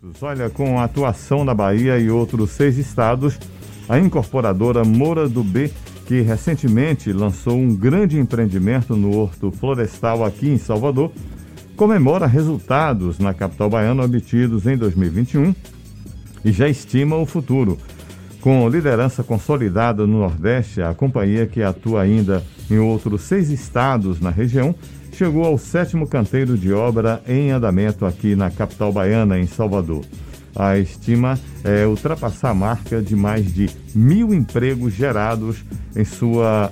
Olha, com a atuação na Bahia e outros 6 estados, a incorporadora Moura do B, que recentemente lançou um grande empreendimento no Horto Florestal aqui em Salvador, comemora resultados na capital baiana obtidos em 2021 e já estima o futuro. Com liderança consolidada no Nordeste, a companhia, que atua ainda em outros 6 estados na região, chegou ao 7º canteiro de obra em andamento aqui na capital baiana, em Salvador. A estima é ultrapassar a marca de mais de 1.000 empregos gerados em sua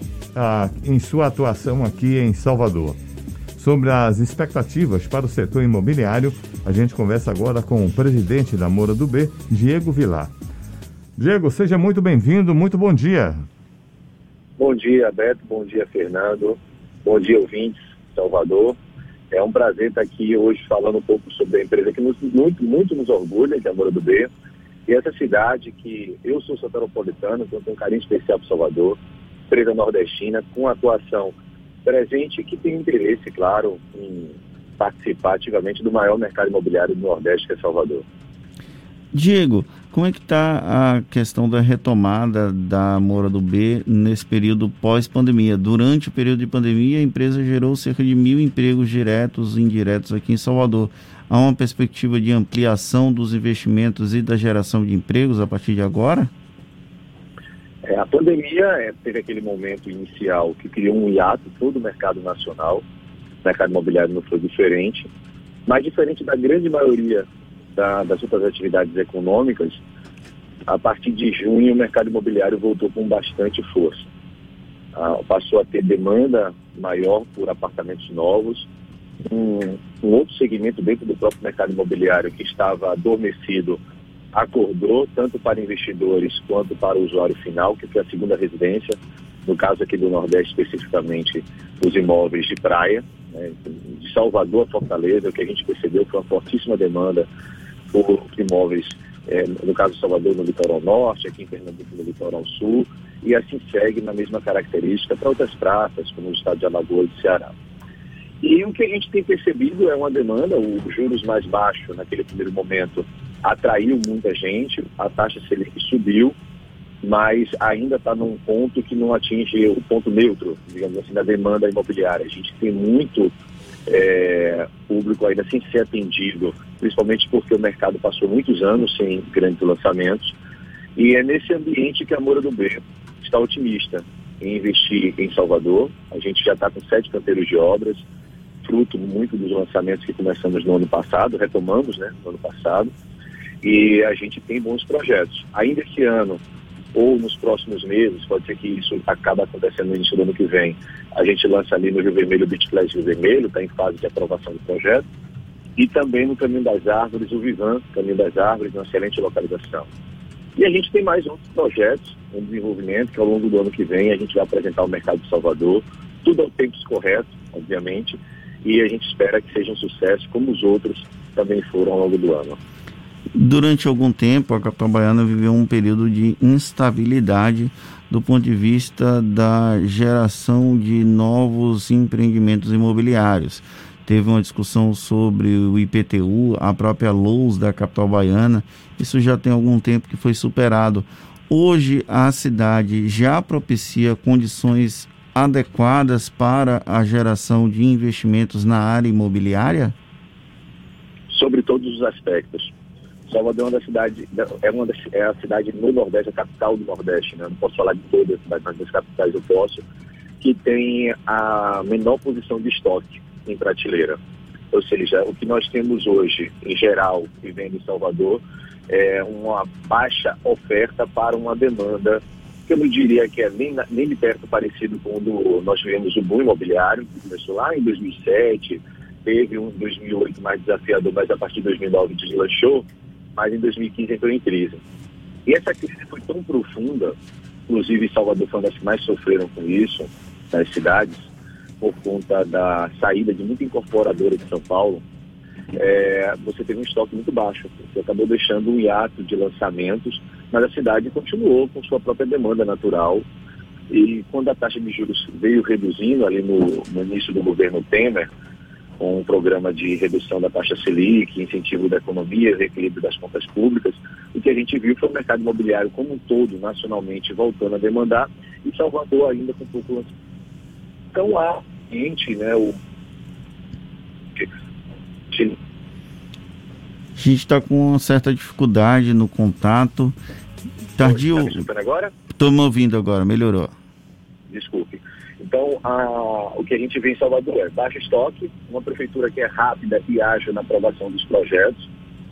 atuação aqui em Salvador. Sobre as expectativas para o setor imobiliário, a gente conversa agora com o presidente da Moura do B, Diego Vilar. Diego, seja muito bem-vindo, muito bom dia. Bom dia, Beto, bom dia, Fernando, bom dia, ouvintes, Salvador. É um prazer estar aqui hoje falando um pouco sobre a empresa que muito nos orgulha, que é a Moura do B. E essa cidade que eu sou soteropolitano, então tenho um carinho especial para Salvador, empresa nordestina, com atuação presente e que tem interesse, claro, em participar ativamente do maior mercado imobiliário do Nordeste, que é Salvador. Diego, como é que está a questão da retomada da Moura do B nesse período pós-pandemia? Durante o período de pandemia, a empresa gerou cerca de 1.000 empregos diretos e indiretos aqui em Salvador. Há uma perspectiva de ampliação dos investimentos e da geração de empregos a partir de agora? A pandemia teve aquele momento inicial que criou um hiato em todo o mercado nacional. O mercado imobiliário não foi diferente, mas diferente da grande maioria das outras atividades econômicas, a partir de junho o mercado imobiliário voltou com bastante força. Passou a ter demanda maior por apartamentos novos, um outro segmento dentro do próprio mercado imobiliário que estava adormecido acordou, tanto para investidores quanto para o usuário final, que foi a segunda residência, no caso aqui do Nordeste especificamente, os imóveis de praia, né, de Salvador a Fortaleza. O que a gente percebeu foi uma fortíssima demanda por imóveis, no caso de Salvador, no litoral norte, aqui em Pernambuco, no litoral sul, e assim segue na mesma característica para outras praças, como o estado de Alagoas e Ceará. E o que a gente tem percebido é uma demanda, os juros mais baixos naquele primeiro momento atraiu muita gente, a taxa Selic subiu, mas ainda está num ponto que não atinge o ponto neutro, digamos assim, da demanda imobiliária. A gente tem muito público ainda sem ser atendido, principalmente porque o mercado passou muitos anos sem grandes lançamentos, e é nesse ambiente que a Moura do B está otimista em investir em Salvador. A gente já está com 7 canteiros de obras, fruto muito dos lançamentos que começamos no ano passado, retomamos, né, no ano passado, e a gente tem bons projetos. Ainda esse ano, ou nos próximos meses, pode ser que isso acabe acontecendo no início do ano que vem, a gente lança ali no Rio Vermelho, o Beach Class Rio Vermelho, está em fase de aprovação do projeto, e também no Caminho das Árvores, o Vivan, Caminho das Árvores, uma excelente localização. E a gente tem mais outros projetos em desenvolvimento, que ao longo do ano que vem a gente vai apresentar ao mercado de Salvador, tudo ao tempo correto, obviamente, e a gente espera que seja um sucesso, como os outros também foram ao longo do ano. Durante algum tempo, a capital baiana viveu um período de instabilidade do ponto de vista da geração de novos empreendimentos imobiliários. Teve uma discussão sobre o IPTU, a própria LOAS da capital baiana. Isso já tem algum tempo que foi superado. Hoje, a cidade já propicia condições adequadas para a geração de investimentos na área imobiliária? Sobre todos os aspectos. Salvador é a cidade no Nordeste, a capital do Nordeste, né? Não posso falar de todas as cidades, mas das capitais eu posso, que tem a menor posição de estoque em prateleira. Ou seja, o que nós temos hoje, em geral, vivendo em Salvador, é uma baixa oferta para uma demanda que eu não diria que é nem de perto parecido com quando nós tivemos o boom imobiliário, que começou lá em 2007, teve um 2008 mais desafiador, mas a partir de 2009 deslanchou, mas em 2015 entrou em crise. E essa crise foi tão profunda, inclusive Salvador foi uma das que mais sofreram com isso, nas cidades, por conta da saída de muita incorporadora de São Paulo. Você teve um estoque muito baixo, você acabou deixando um hiato de lançamentos, mas a cidade continuou com sua própria demanda natural. E quando a taxa de juros veio reduzindo ali no início do governo Temer, com um programa de redução da taxa Selic, incentivo da economia, reequilíbrio das contas públicas. O que a gente viu foi o mercado imobiliário como um todo, nacionalmente, voltando a demandar, e Salvador ainda com pouco. Então, há gente, né, a gente está com uma certa dificuldade no contato. Tardio. Está me escutando agora? Estou me ouvindo agora, melhorou. Desculpe. Então, o que a gente vê em Salvador é baixo estoque, uma prefeitura que é rápida e ágil na aprovação dos projetos,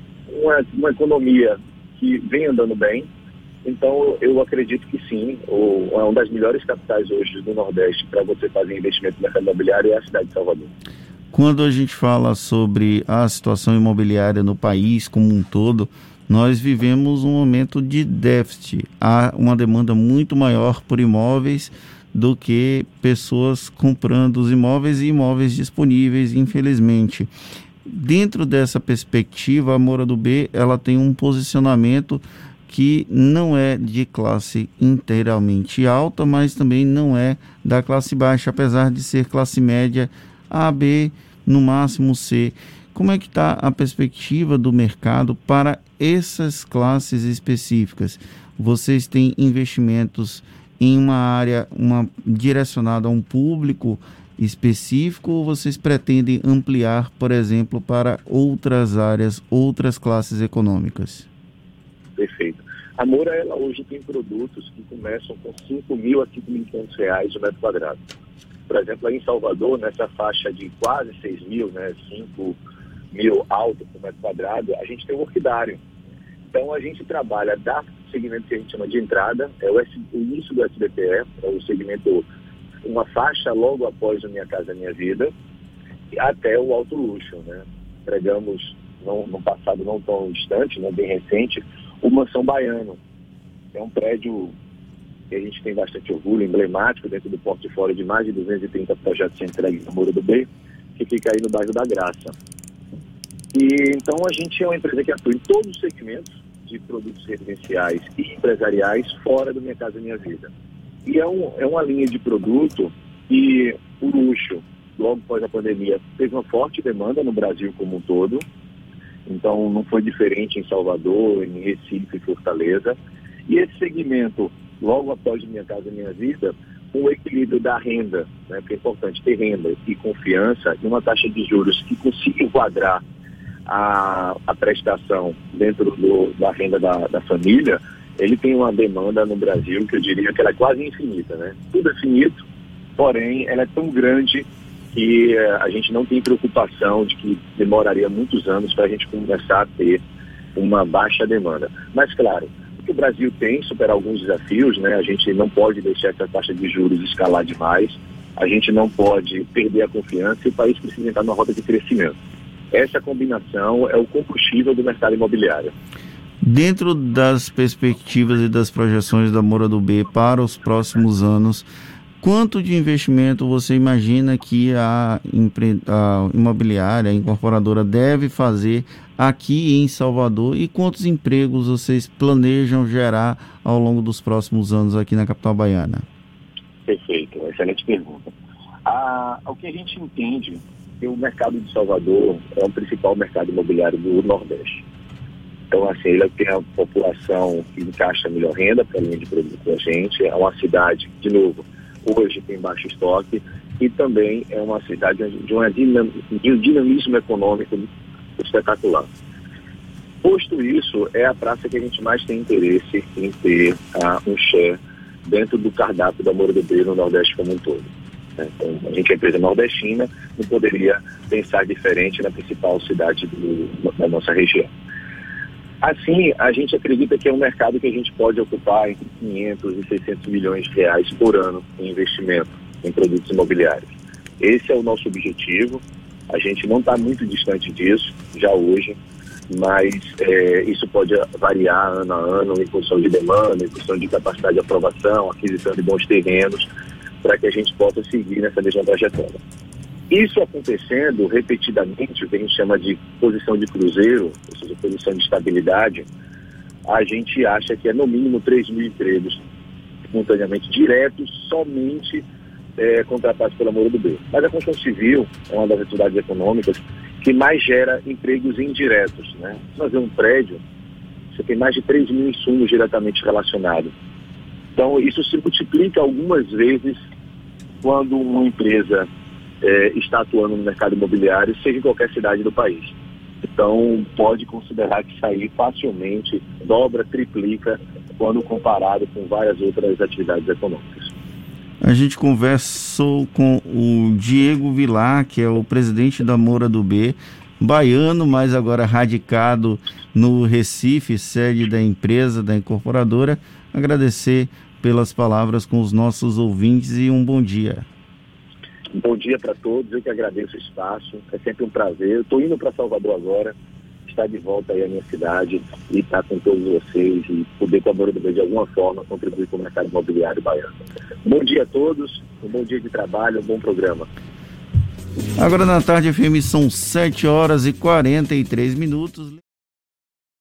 uma economia que vem andando bem. Então, eu acredito que sim, é uma das melhores capitais hoje do Nordeste para você fazer investimento no mercado imobiliário é a cidade de Salvador. Quando a gente fala sobre a situação imobiliária no país como um todo, nós vivemos um momento de déficit. Há uma demanda muito maior por imóveis do que pessoas comprando os imóveis e imóveis disponíveis, infelizmente. Dentro dessa perspectiva, a Moura do B, ela tem um posicionamento que não é de classe inteiramente alta, mas também não é da classe baixa, apesar de ser classe média A, B, no máximo C. Como é que está a perspectiva do mercado para essas classes específicas? Vocês têm investimentos em uma área direcionada a um público específico, ou vocês pretendem ampliar, por exemplo, para outras áreas, outras classes econômicas? Perfeito. A Moura, ela hoje tem produtos que começam com R$5.000 a R$5.500 o metro quadrado. Por exemplo, aí em Salvador, nessa faixa de quase 6.000, né, 5.000 alto por metro quadrado, a gente tem o orquidário. Então, a gente trabalha da segmento que a gente chama de entrada, é o início do SBPE, é o segmento, uma faixa logo após o Minha Casa Minha Vida, até o alto luxo, né? Entregamos, no passado não tão distante, né, bem recente, o Mansão Baiano. É um prédio que a gente tem bastante orgulho, emblemático, dentro do portfólio de mais de 230 projetos entregues na Moura do B, que fica aí no bairro da Graça. E então a gente é uma empresa que atua em todos os segmentos de produtos residenciais e empresariais fora do Minha Casa Minha Vida. E é uma linha de produto que o luxo, logo após a pandemia, teve uma forte demanda no Brasil como um todo. Então não foi diferente em Salvador, em Recife e Fortaleza. E esse segmento, logo após Minha Casa Minha Vida, o equilíbrio da renda, né, porque é importante ter renda e confiança, e uma taxa de juros que consiga enquadrar a prestação dentro da renda da família, ele tem uma demanda no Brasil que eu diria que ela é quase infinita, né? Tudo é finito, porém ela é tão grande que a gente não tem preocupação de que demoraria muitos anos para a gente começar a ter uma baixa demanda. Mas claro, o que o Brasil tem supera alguns desafios, né? A gente não pode deixar essa taxa de juros escalar demais, a gente não pode perder a confiança e o país precisa entrar numa rota de crescimento. Essa combinação é o combustível do mercado imobiliário. Dentro das perspectivas e das projeções da Moura do B para os próximos anos, quanto de investimento você imagina que a imobiliária, a incorporadora deve fazer aqui em Salvador, e quantos empregos vocês planejam gerar ao longo dos próximos anos aqui na capital baiana? Perfeito, excelente pergunta. O que a gente entende que o mercado de Salvador é o principal mercado imobiliário do Nordeste. Então, assim, ele tem a população que encaixa melhor renda para a linha de produto da gente. É uma cidade, de novo, hoje tem baixo estoque, e também é uma cidade de um dinamismo econômico espetacular. Posto isso, é a praça que a gente mais tem interesse em ter um share dentro do cardápio da Moura do B no Nordeste como um todo. Então, a gente é empresa nordestina, não poderia pensar diferente na principal cidade da nossa região. Assim, a gente acredita que é um mercado que a gente pode ocupar entre 500 e 600 milhões de reais por ano em investimento em produtos imobiliários. Esse é o nosso objetivo. A gente não está muito distante disso, já hoje, mas isso pode variar ano a ano em função de demanda, em função de capacidade de aprovação, aquisição de bons terrenos, para que a gente possa seguir nessa mesma trajetória. Isso acontecendo repetidamente, o que a gente chama de posição de cruzeiro, ou seja, posição de estabilidade, a gente acha que é no mínimo 3.000 empregos simultaneamente diretos somente contratados pela Moura do B. Mas a construção civil é uma das atividades econômicas que mais gera empregos indiretos, né? Se fazer um prédio, você tem mais de 3 mil insumos diretamente relacionados. Então, isso se multiplica algumas vezes quando uma empresa está atuando no mercado imobiliário, seja em qualquer cidade do país. Então, pode considerar que isso aí facilmente dobra, triplica, quando comparado com várias outras atividades econômicas. A gente conversou com o Diego Vilar, que é o presidente da Moura do B, baiano, mas agora radicado no Recife, sede da empresa, da incorporadora. Agradecer pelas palavras com os nossos ouvintes e um bom dia. Um bom dia para todos, eu que agradeço o espaço, é sempre um prazer. Eu estou indo para Salvador agora, estar de volta aí à minha cidade e estar com todos vocês e poder com a Moura do B de alguma forma contribuir com o mercado imobiliário baiano. Um bom dia a todos, um bom dia de trabalho, um bom programa. Agora na Tarde FM são 7 horas e 43 minutos.